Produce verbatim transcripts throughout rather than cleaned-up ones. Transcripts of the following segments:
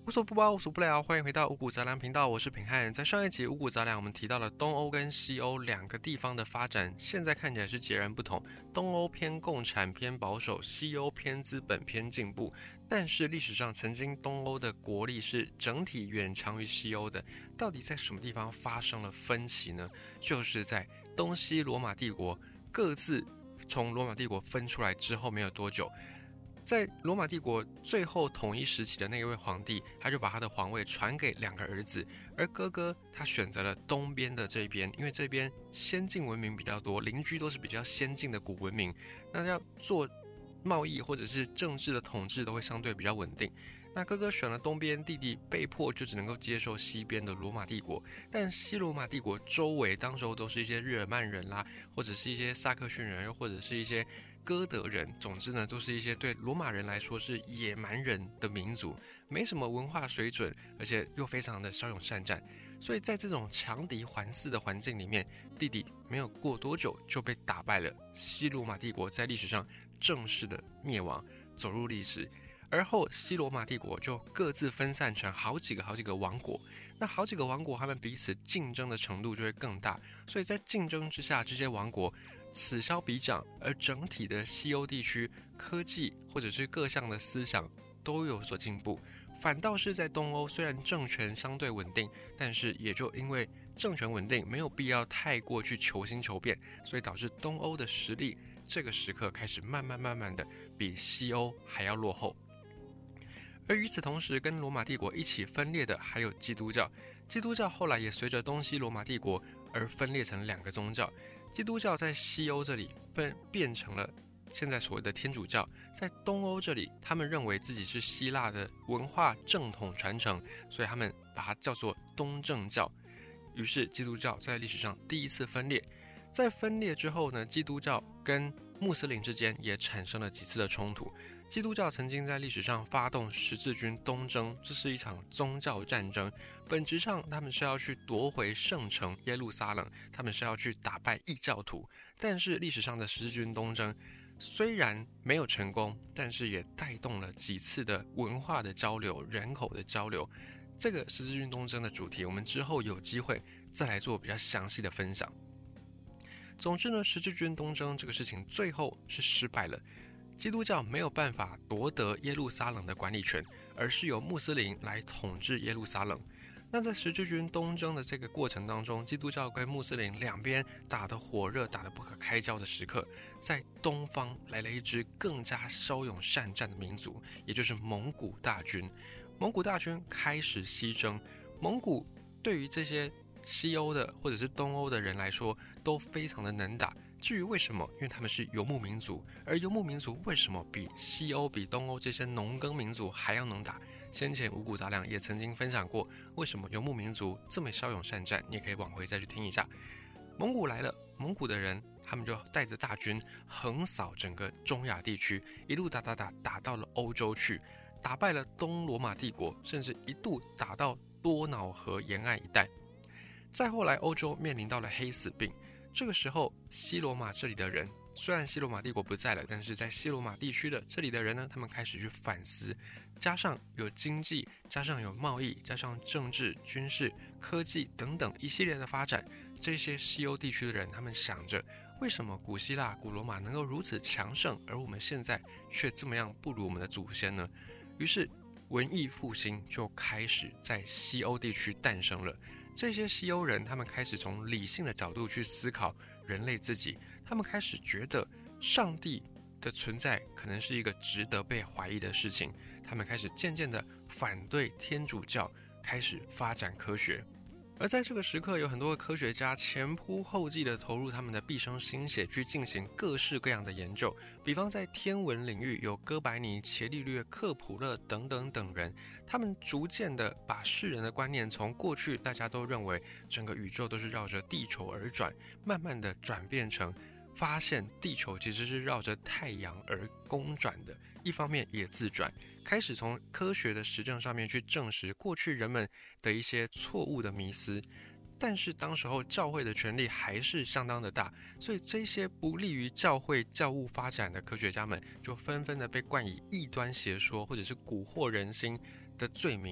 无所不包，无所不聊，欢迎回到五谷杂粮频道，我是品汉。在上一集五谷杂粮，我们提到了东欧跟西欧两个地方的发展，现在看起来是截然不同。东欧偏共产偏保守，西欧偏资本偏进步。但是历史上曾经东欧的国力是整体远强于西欧的，到底在什么地方发生了分歧呢？就是在东西罗马帝国各自从罗马帝国分出来之后没有多久。在罗马帝国最后统一时期的那一位皇帝，他就把他的皇位传给两个儿子，而哥哥他选择了东边的这边，因为这边先进文明比较多，邻居都是比较先进的古文明，那要做贸易或者是政治的统治都会相对比较稳定。那哥哥选了东边，弟弟被迫就只能够接受西边的罗马帝国。但西罗马帝国周围当时候都是一些日耳曼人啦，或者是一些萨克逊人，又或者是一些哥德人，总之呢，都是一些对罗马人来说是野蛮人的民族，没什么文化水准，而且又非常的骁勇善战。所以在这种强敌环伺的环境里面，弟弟没有过多久就被打败了。西罗马帝国在历史上正式的灭亡，走入历史。而后西罗马帝国就各自分散成好几个好几个王国，那好几个王国他们彼此竞争的程度就会更大，所以在竞争之下，这些王国此消彼长，而整体的西欧地区科技或者是各项的思想都有所进步。反倒是在东欧，虽然政权相对稳定，但是也就因为政权稳定，没有必要太过去求新求变，所以导致东欧的实力这个时刻开始慢慢慢慢的比西欧还要落后。而与此同时，跟罗马帝国一起分裂的还有基督教。基督教后来也随着东西罗马帝国而分裂成两个宗教。基督教在西欧这里分变成了现在所谓的天主教，在东欧这里，他们认为自己是希腊的文化正统传承，所以他们把它叫做东正教。于是基督教在历史上第一次分裂。在分裂之后呢，基督教跟穆斯林之间也产生了几次的冲突。基督教曾经在历史上发动十字军东征，这是一场宗教战争，本质上他们是要去夺回圣城耶路撒冷，他们是要去打败异教徒。但是历史上的十字军东征虽然没有成功，但是也带动了几次的文化的交流、人口的交流。这个十字军东征的主题，我们之后有机会再来做比较详细的分享。总之呢，十字军东征这个事情最后是失败了。基督教没有办法夺得耶路撒冷的管理权，而是由穆斯林来统治耶路撒冷。那在十字军东征的这个过程当中，基督教跟穆斯林两边打得火热，打得不可开交的时刻，在东方来了一支更加骁勇善战的民族，也就是蒙古大军。蒙古大军开始西征，蒙古对于这些西欧的或者是东欧的人来说都非常的能打。至于为什么，因为他们是游牧民族，而游牧民族为什么比西欧、比东欧这些农耕民族还要能打？先前五谷杂粮也曾经分享过，为什么游牧民族这么骁勇善战，你也可以往回再去听一下。蒙古来了，蒙古的人他们就带着大军横扫整个中亚地区，一路打打打打到了欧洲去，打败了东罗马帝国，甚至一度打到多瑙河沿岸一带。再后来，欧洲面临到了黑死病。这个时候，西罗马这里的人，虽然西罗马帝国不在了，但是在西罗马地区的这里的人呢，他们开始去反思，加上有经济，加上有贸易，加上政治、军事、科技等等一系列的发展，这些西欧地区的人，他们想着，为什么古希腊、古罗马能够如此强盛，而我们现在却这么样不如我们的祖先呢？于是，文艺复兴就开始在西欧地区诞生了。这些西欧人，他们开始从理性的角度去思考人类自己，他们开始觉得上帝的存在可能是一个值得被怀疑的事情，他们开始渐渐的反对天主教，开始发展科学。而在这个时刻，有很多的科学家前仆后继地投入他们的毕生心血去进行各式各样的研究，比方在天文领域有哥白尼、伽利略、克普勒等等等人，他们逐渐的把世人的观念从过去大家都认为整个宇宙都是绕着地球而转，慢慢的转变成发现地球其实是绕着太阳而公转的，一方面也自转，开始从科学的实证上面去证实过去人们的一些错误的迷思。但是当时候教会的权力还是相当的大，所以这些不利于教会教务发展的科学家们就纷纷的被冠以异端邪说或者是蛊惑人心的罪名，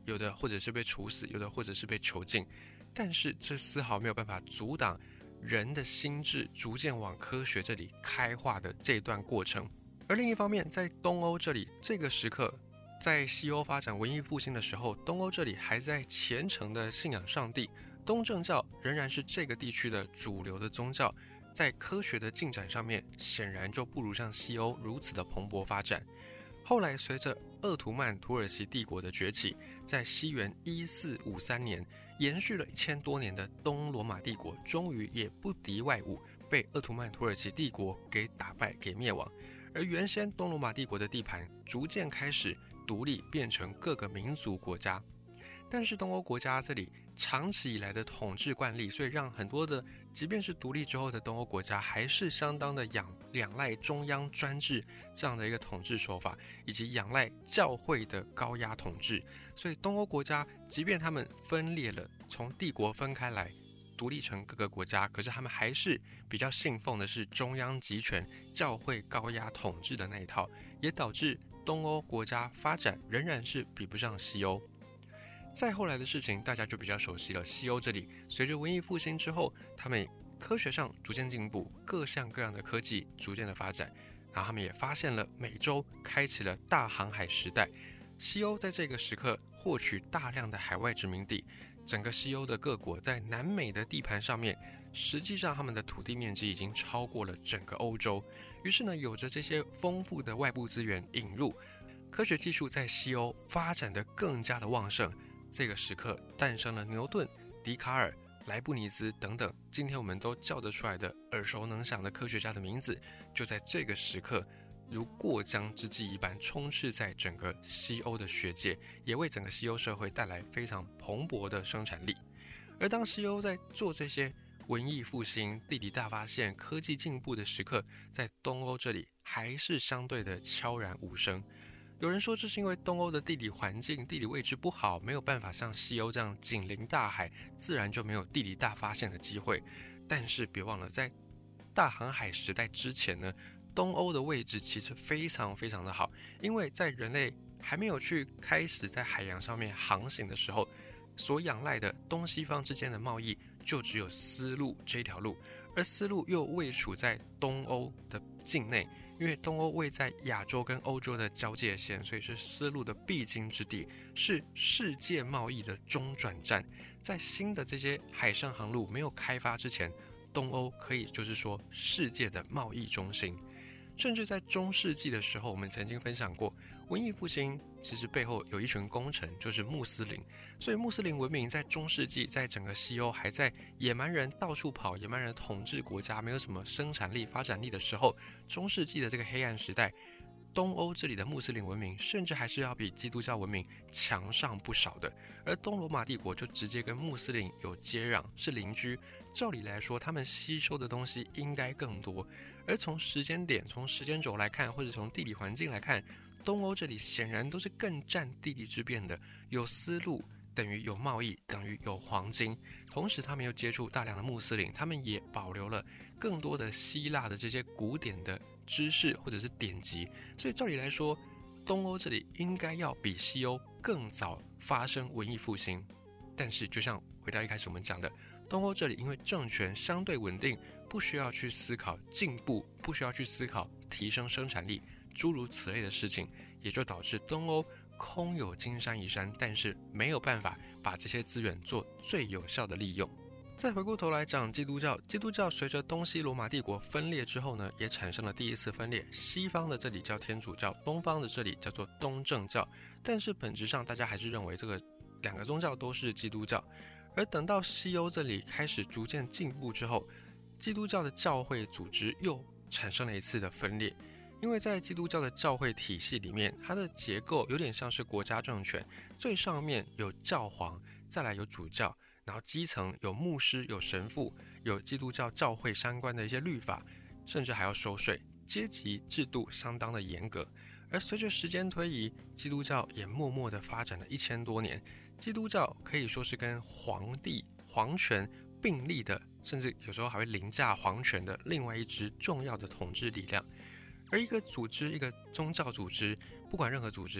有的或者是被处死，有的或者是被囚禁，但是这丝毫没有办法阻挡人的心智逐渐往科学这里开化的这段过程。而另一方面，在东欧这里，这个时刻在西欧发展文艺复兴的时候，东欧这里还在虔诚的信仰上帝，东正教仍然是这个地区的主流的宗教，在科学的进展上面显然就不如像西欧如此的蓬勃发展。后来随着鄂图曼土耳其帝国的崛起，在西元一四五三年，延续了一千多年的东罗马帝国终于也不敌外侮，被鄂图曼土耳其帝国给打败给灭亡。而原先东罗马帝国的地盘逐渐开始独立，变成各个民族国家。但是东欧国家这里长期以来的统治惯例，所以让很多的即便是独立之后的东欧国家还是相当的仰仰赖中央专制这样的一个统治手法，以及仰赖教会的高压统治。所以东欧国家即便他们分裂了，从帝国分开来独立成各个国家，可是他们还是比较信奉的是中央集权教会高压统治的那一套，也导致东欧国家发展仍然是比不上西欧。再后来的事情大家就比较熟悉了，西欧这里随着文艺复兴之后，他们科学上逐渐进步，各项各样的科技逐渐的发展，然后他们也发现了美洲，开启了大航海时代。西欧在这个时刻获取大量的海外殖民地，整个西欧的各国在南美的地盘上面，实际上他们的土地面积已经超过了整个欧洲。于是呢，有着这些丰富的外部资源引入，科学技术在西欧发展得更加的旺盛。这个时刻诞生了牛顿、笛卡尔、莱布尼兹等等今天我们都叫得出来的耳熟能详的科学家的名字，就在这个时刻如过江之鲫一般充斥在整个西欧的学界，也为整个西欧社会带来非常蓬勃的生产力。而当西欧在做这些文艺复兴、地理大发现、科技进步的时刻，在东欧这里还是相对的悄然无声。有人说这是因为东欧的地理环境、地理位置不好，没有办法像西欧这样紧邻大海，自然就没有地理大发现的机会。但是别忘了，在大航海时代之前呢，东欧的位置其实非常非常的好，因为在人类还没有去开始在海洋上面航行的时候，所仰赖的东西方之间的贸易就只有丝路这条路，而丝路又位处在东欧的境内，因为东欧位在亚洲跟欧洲的交界线，所以是丝路的必经之地，是世界贸易的中转站。在新的这些海上航路没有开发之前，东欧可以就是说世界的贸易中心。甚至在中世纪的时候，我们曾经分享过，文艺复兴其实背后有一群功臣，就是穆斯林。所以穆斯林文明在中世纪，在整个西欧还在野蛮人到处跑，野蛮人统治国家，没有什么生产力、发展力的时候，中世纪的这个黑暗时代，东欧这里的穆斯林文明甚至还是要比基督教文明强上不少的。而东罗马帝国就直接跟穆斯林有接壤，是邻居，照理来说他们吸收的东西应该更多。而从时间点、从时间轴来看，或者从地理环境来看，东欧这里显然都是更占地利之便的，有丝路等于有贸易，等于有黄金。同时他们又接触大量的穆斯林，他们也保留了更多的希腊的这些古典的知识或者是典籍。所以照理来说，东欧这里应该要比西欧更早发生文艺复兴。但是就像回到一开始我们讲的，东欧这里因为政权相对稳定，不需要去思考进步，不需要去思考提升生产力，诸如此类的事情，也就导致东欧空有金山银山，但是没有办法把这些资源做最有效的利用。再回过头来讲基督教，基督教随着东西罗马帝国分裂之后呢，也产生了第一次分裂，西方的这里叫天主教，东方的这里叫做东正教。但是本质上大家还是认为这个两个宗教都是基督教。而等到西欧这里开始逐渐进步之后，基督教的教会组织又产生了一次的分裂。因为在基督教的教会体系里面，它的结构有点像是国家政权，最上面有教皇，再来有主教，然后基层有牧师、有神父，有基督教教会相关的一些律法，甚至还要收税，阶级制度相当的严格。而随着时间推移，基督教也默默地发展了一千多年。基督教可以说是跟皇帝、皇权并立的，甚至有时候还会凌驾皇权的另外一支重要的统治力量。而一个组织，一个宗教组织，不管任何组织，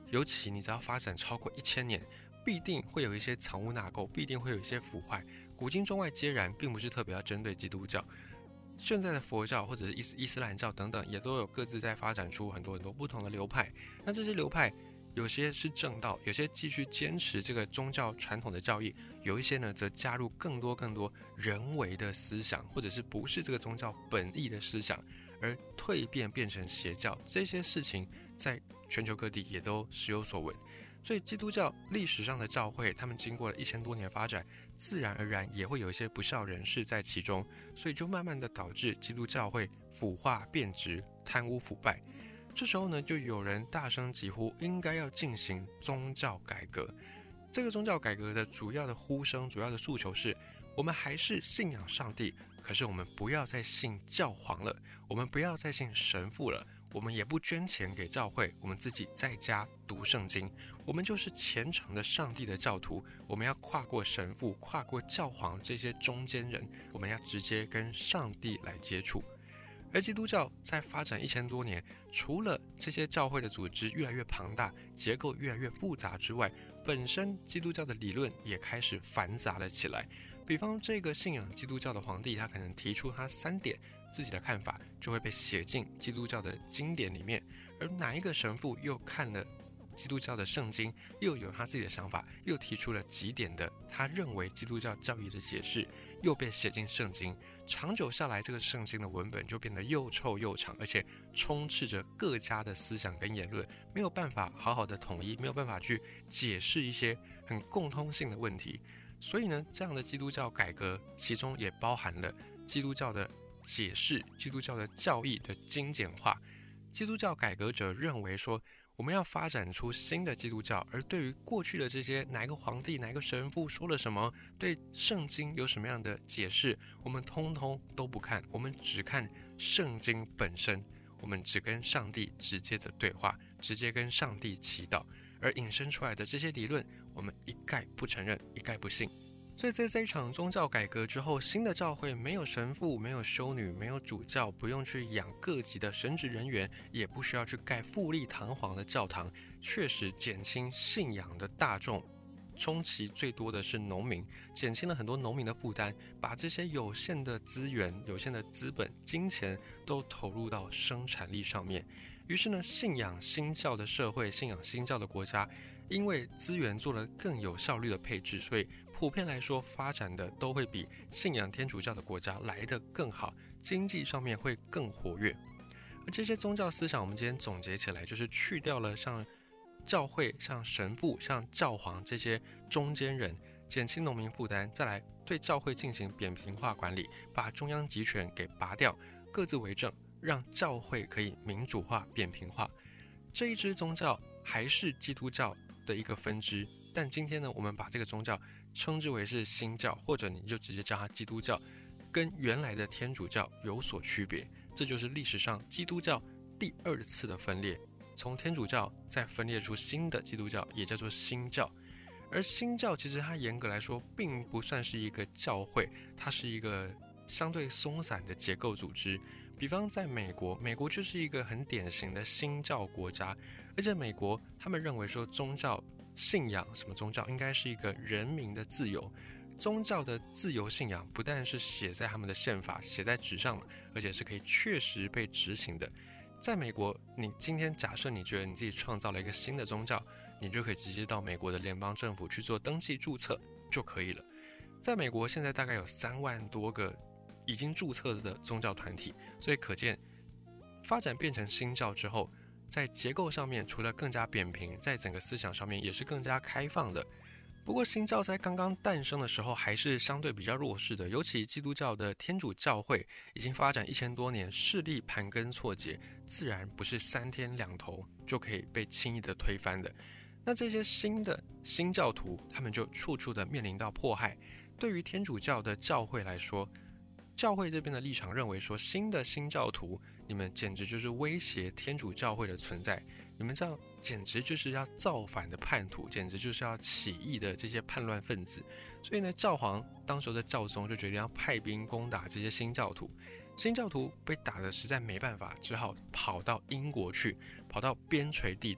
尤其你只要发展超过一千年，必定会有一些藏污纳垢，必定会有一些腐坏。古今中外皆然，并不是特别要针对基督教。现在的佛教或者是伊斯伊斯兰教等等，也都有各自在发展出很多很多不同的流派。那这些流派有些是正道，有些继续坚持这个宗教传统的教义，有一些呢则加入更多更多人为的思想，或者是不是这个宗教本意的思想，而蜕变变成邪教。这些事情在全球各地也都时有所闻。所以基督教历史上的教会，他们经过了一千多年发展，自然而然也会有一些不孝人士在其中，所以就慢慢的导致基督教会腐化变质、贪污腐败。这时候呢，就有人大声疾呼，应该要进行宗教改革。这个宗教改革的主要的呼声、主要的诉求是，我们还是信仰上帝，可是我们不要再信教皇了，我们不要再信神父了，我们也不捐钱给教会，我们自己在家读圣经，我们就是虔诚的上帝的教徒。我们要跨过神父、跨过教皇这些中间人，我们要直接跟上帝来接触。而基督教在发展一千多年，除了这些教会的组织越来越庞大，结构越来越复杂之外，本身基督教的理论也开始繁杂了起来。比方这个信仰基督教的皇帝，他可能提出他三点自己的看法，就会被写进基督教的经典里面。而哪一个神父又看了基督教的圣经，又有他自己的想法，又提出了几点的他认为基督教教义的解释，又被写进圣经。长久下来，这个圣经的文本就变得又臭又长，而且充斥着各家的思想跟言论，没有办法好好的统一，没有办法去解释一些很共通性的问题。所以呢，这样的基督教改革，其中也包含了基督教的解释、基督教的教义的精简化。基督教改革者认为说，我们要发展出新的基督教，而对于过去的这些哪一个皇帝、哪一个神父说了什么，对圣经有什么样的解释，我们通通都不看，我们只看圣经本身，我们只跟上帝直接的对话，直接跟上帝祈祷，而引申出来的这些理论，我们一概不承认，一概不信。所以在这一场宗教改革之后，新的教会没有神父，没有修女，没有主教，不用去养各级的神职人员，也不需要去盖富丽堂皇的教堂，确实减轻信仰的大众。冲击最多的是农民，减轻了很多农民的负担，把这些有限的资源、有限的资本、金钱都投入到生产力上面。于是呢，信仰新教的社会、信仰新教的国家，因为资源做了更有效率的配置，所以普遍来说发展的都会比信仰天主教的国家来得更好，经济上面会更活跃。而这些宗教思想，我们今天总结起来，就是去掉了像教会、像神父、像教皇这些中间人，减轻农民负担，再来对教会进行扁平化管理，把中央集权给拔掉，各自为政，让教会可以民主化、扁平化。这一支宗教还是基督教的一个分支，但今天呢，我们把这个宗教称之为是新教，或者你就直接叫它基督教，跟原来的天主教有所区别。这就是历史上基督教第二次的分裂，从天主教再分裂出新的基督教，也叫做新教。而新教其实它严格来说并不算是一个教会，它是一个相对松散的结构组织。比方在美国，美国就是一个很典型的新教国家，而且美国他们认为说宗教信仰，什么宗教应该是一个人民的自由，宗教的自由信仰不但是写在他们的宪法写在纸上，而且是可以确实被执行的。在美国，你今天假设你觉得你自己创造了一个新的宗教，你就可以直接到美国的联邦政府去做登记注册就可以了。在美国现在大概有三万多个已经注册的宗教团体，所以可见发展变成新教之后，在结构上面除了更加扁平，在整个思想上面也是更加开放的。不过新教在刚刚诞生的时候还是相对比较弱势的，尤其基督教的天主教会已经发展一千多年，势力盘根错节，自然不是三天两头就可以被轻易的推翻的。那这些新的新教徒，他们就处处的面临到迫害。对于天主教的教会来说，教会这边的立场认为说，新的新教徒，你们简直就是威胁天主教会的存在，你们这样简直就是要造反的叛徒，简直就是要起义的这些叛乱分子。所以呢，教皇当时的教宗就决定要派兵攻打这些新教徒。新教徒被打得实在没办法，只好跑到英国去，跑到边陲地带，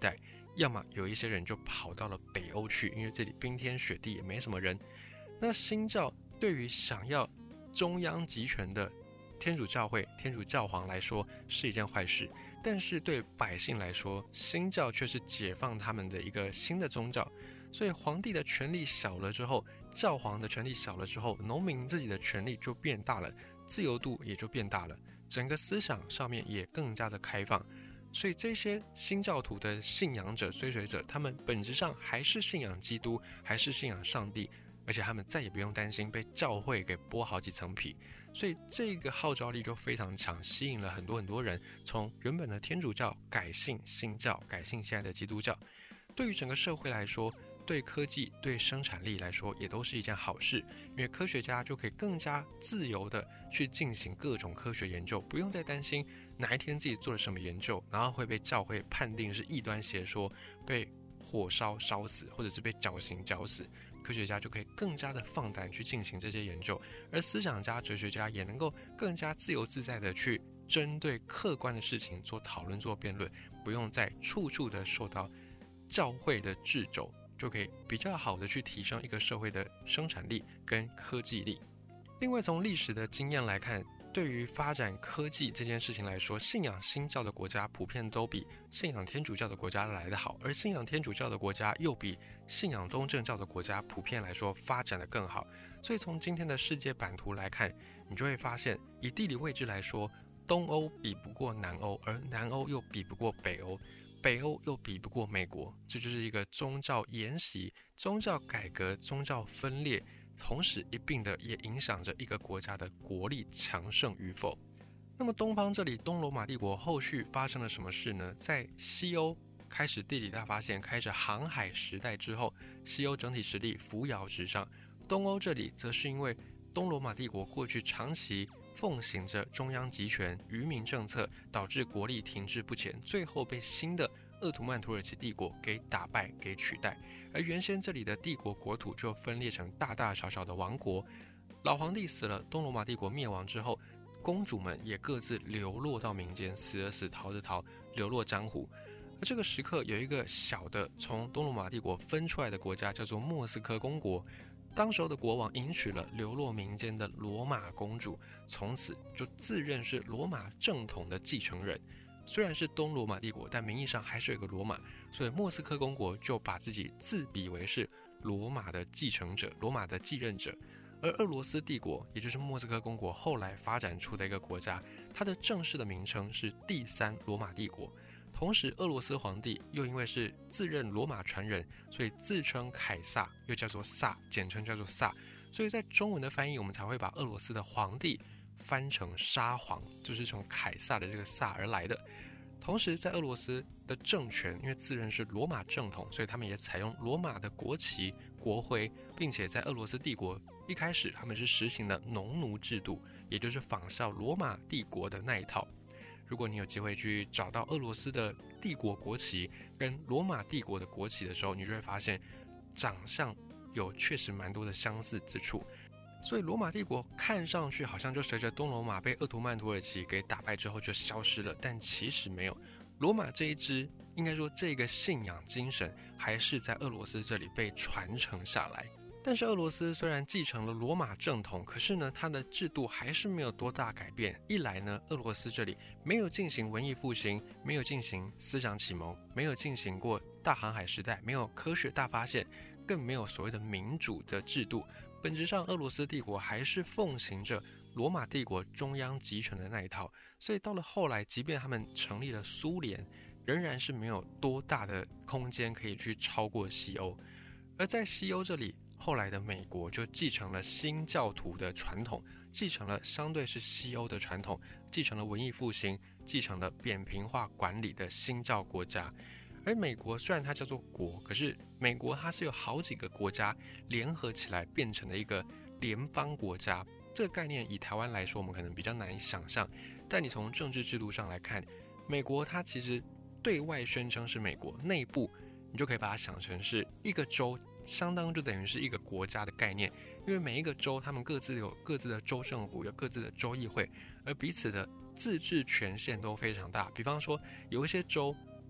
要么有一些人就跑到了北欧去，因为这里冰天雪地也没什么人。那新教对于想要中央集权的天主教会、天主教皇来说是一件坏事，但是对百姓来说，新教却是解放他们的一个新的宗教。所以皇帝的权力小了之后，教皇的权力小了之后，农民自己的权力就变大了，自由度也就变大了，整个思想上面也更加的开放。所以这些新教徒的信仰者、追随者，他们本质上还是信仰基督，还是信仰上帝，而且他们再也不用担心被教会给剥好几层皮。所以这个号召力就非常强，吸引了很多很多人从原本的天主教改信新教，改信现在的基督教。对于整个社会来说，对科技、对生产力来说也都是一件好事，因为科学家就可以更加自由的去进行各种科学研究，不用再担心哪一天自己做了什么研究，然后会被教会判定是异端邪说，被火烧烧死，或者是被绞刑绞死。科学家就可以更加的放胆去进行这些研究，而思想家、哲学家也能够更加自由自在的去针对客观的事情做讨论、做辩论，不用再处处的受到教会的掣肘，就可以比较好的去提升一个社会的生产力跟科技力。另外，从历史的经验来看，对于发展科技这件事情来说，信仰新教的国家普遍都比信仰天主教的国家来得好，而信仰天主教的国家又比信仰东正教的国家普遍来说发展得更好。所以从今天的世界版图来看，你就会发现，以地理位置来说，东欧比不过南欧，而南欧又比不过北欧，北欧又比不过美国。这就是一个宗教沿袭、宗教改革、宗教分裂同时一并的也影响着一个国家的国力强盛与否。那么东方这里，东罗马帝国后续发生了什么事呢？在西欧开始地理大发现，开始航海时代之后，西欧整体实力扶摇直上。东欧这里则是因为东罗马帝国过去长期奉行着中央集权、愚民政策，导致国力停滞不前，最后被新的鄂图曼土耳其帝国给打败、给取代。而原先这里的帝国国土就分裂成大大小小的王国，老皇帝死了，东罗马帝国灭亡之后，公主们也各自流落到民间，死了死，逃的逃，流落江湖。而这个时刻有一个小的从东罗马帝国分出来的国家，叫做莫斯科公国。当时候的国王迎娶了流落民间的罗马公主，从此就自认是罗马正统的继承人。虽然是东罗马帝国，但名义上还是有一个罗马，所以莫斯科公国就把自己自比为是罗马的继承者、罗马的继任者。而俄罗斯帝国，也就是莫斯科公国后来发展出的一个国家，它的正式的名称是第三罗马帝国。同时，俄罗斯皇帝又因为是自认罗马传人，所以自称凯撒，又叫做萨，简称叫做萨。所以在中文的翻译，我们才会把俄罗斯的皇帝翻成沙皇，就是从凯撒的这个萨而来的。同时在俄罗斯的政权，因为自认是罗马正统，所以他们也采用罗马的国旗、国徽，并且在俄罗斯帝国一开始他们是实行了农奴制度，也就是仿效罗马帝国的那一套。如果你有机会去找到俄罗斯的帝国国旗跟罗马帝国的国旗的时候，你就会发现长相有确实蛮多的相似之处。所以罗马帝国看上去好像就随着东罗马被鄂图曼土耳其给打败之后就消失了，但其实没有。罗马这一支，应该说这个信仰精神还是在俄罗斯这里被传承下来。但是俄罗斯虽然继承了罗马正统，可是呢，它的制度还是没有多大改变。一来呢，俄罗斯这里没有进行文艺复兴，没有进行思想启蒙，没有进行过大航海时代，没有科学大发现，更没有所谓的民主的制度。本质上，俄罗斯帝国还是奉行着罗马帝国中央集权的那一套，所以到了后来，即便他们成立了苏联，仍然是没有多大的空间可以去超过西欧。而在西欧这里，后来的美国就继承了新教徒的传统，继承了相对是西欧的传统，继承了文艺复兴，继承了扁平化管理的新教国家。而美国虽然它叫做国，可是美国它是有好几个国家联合起来变成了一个联邦国家。这个概念以台湾来说，我们可能比较难以想象，但你从政治制度上来看，美国它其实对外宣称是美国，内部你就可以把它想成是一个州，相当就等于是一个国家的概念。因为每一个州他们各自有各自的州政府，有各自的州议会，而彼此的自治权限都非常大。比方说有一些州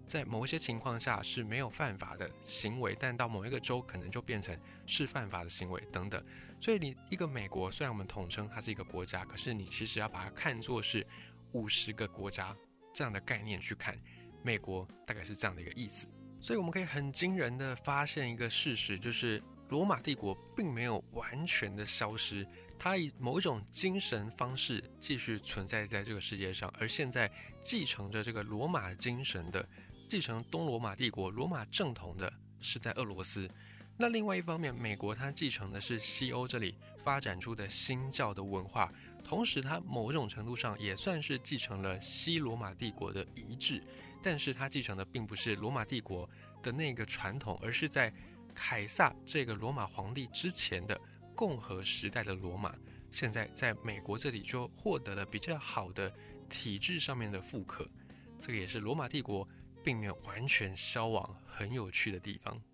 在某一些情况下是没有犯法的行为，但到某一个州可能就变成是犯法的行为等等。所以你一个美国，虽然我们统称它是一个国家，可是你其实要把它看作是五十个国家这样的概念去看，美国大概是这样的一个意思。所以我们可以很惊人的发现一个事实，就是罗马帝国并没有完全的消失，它以某一种精神方式继续存在在这个世界上，而现在继承着这个罗马精神的，继承东罗马帝国罗马正统的是在俄罗斯。那另外一方面，美国它继承的是西欧这里发展出的新教的文化，同时它某种程度上也算是继承了西罗马帝国的遗志，但是它继承的并不是罗马帝国的那个传统，而是在凯撒这个罗马皇帝之前的共和时代的罗马，现在在美国这里就获得了比较好的体制上面的复刻。这个也是罗马帝国并没有完全消亡很有趣的地方。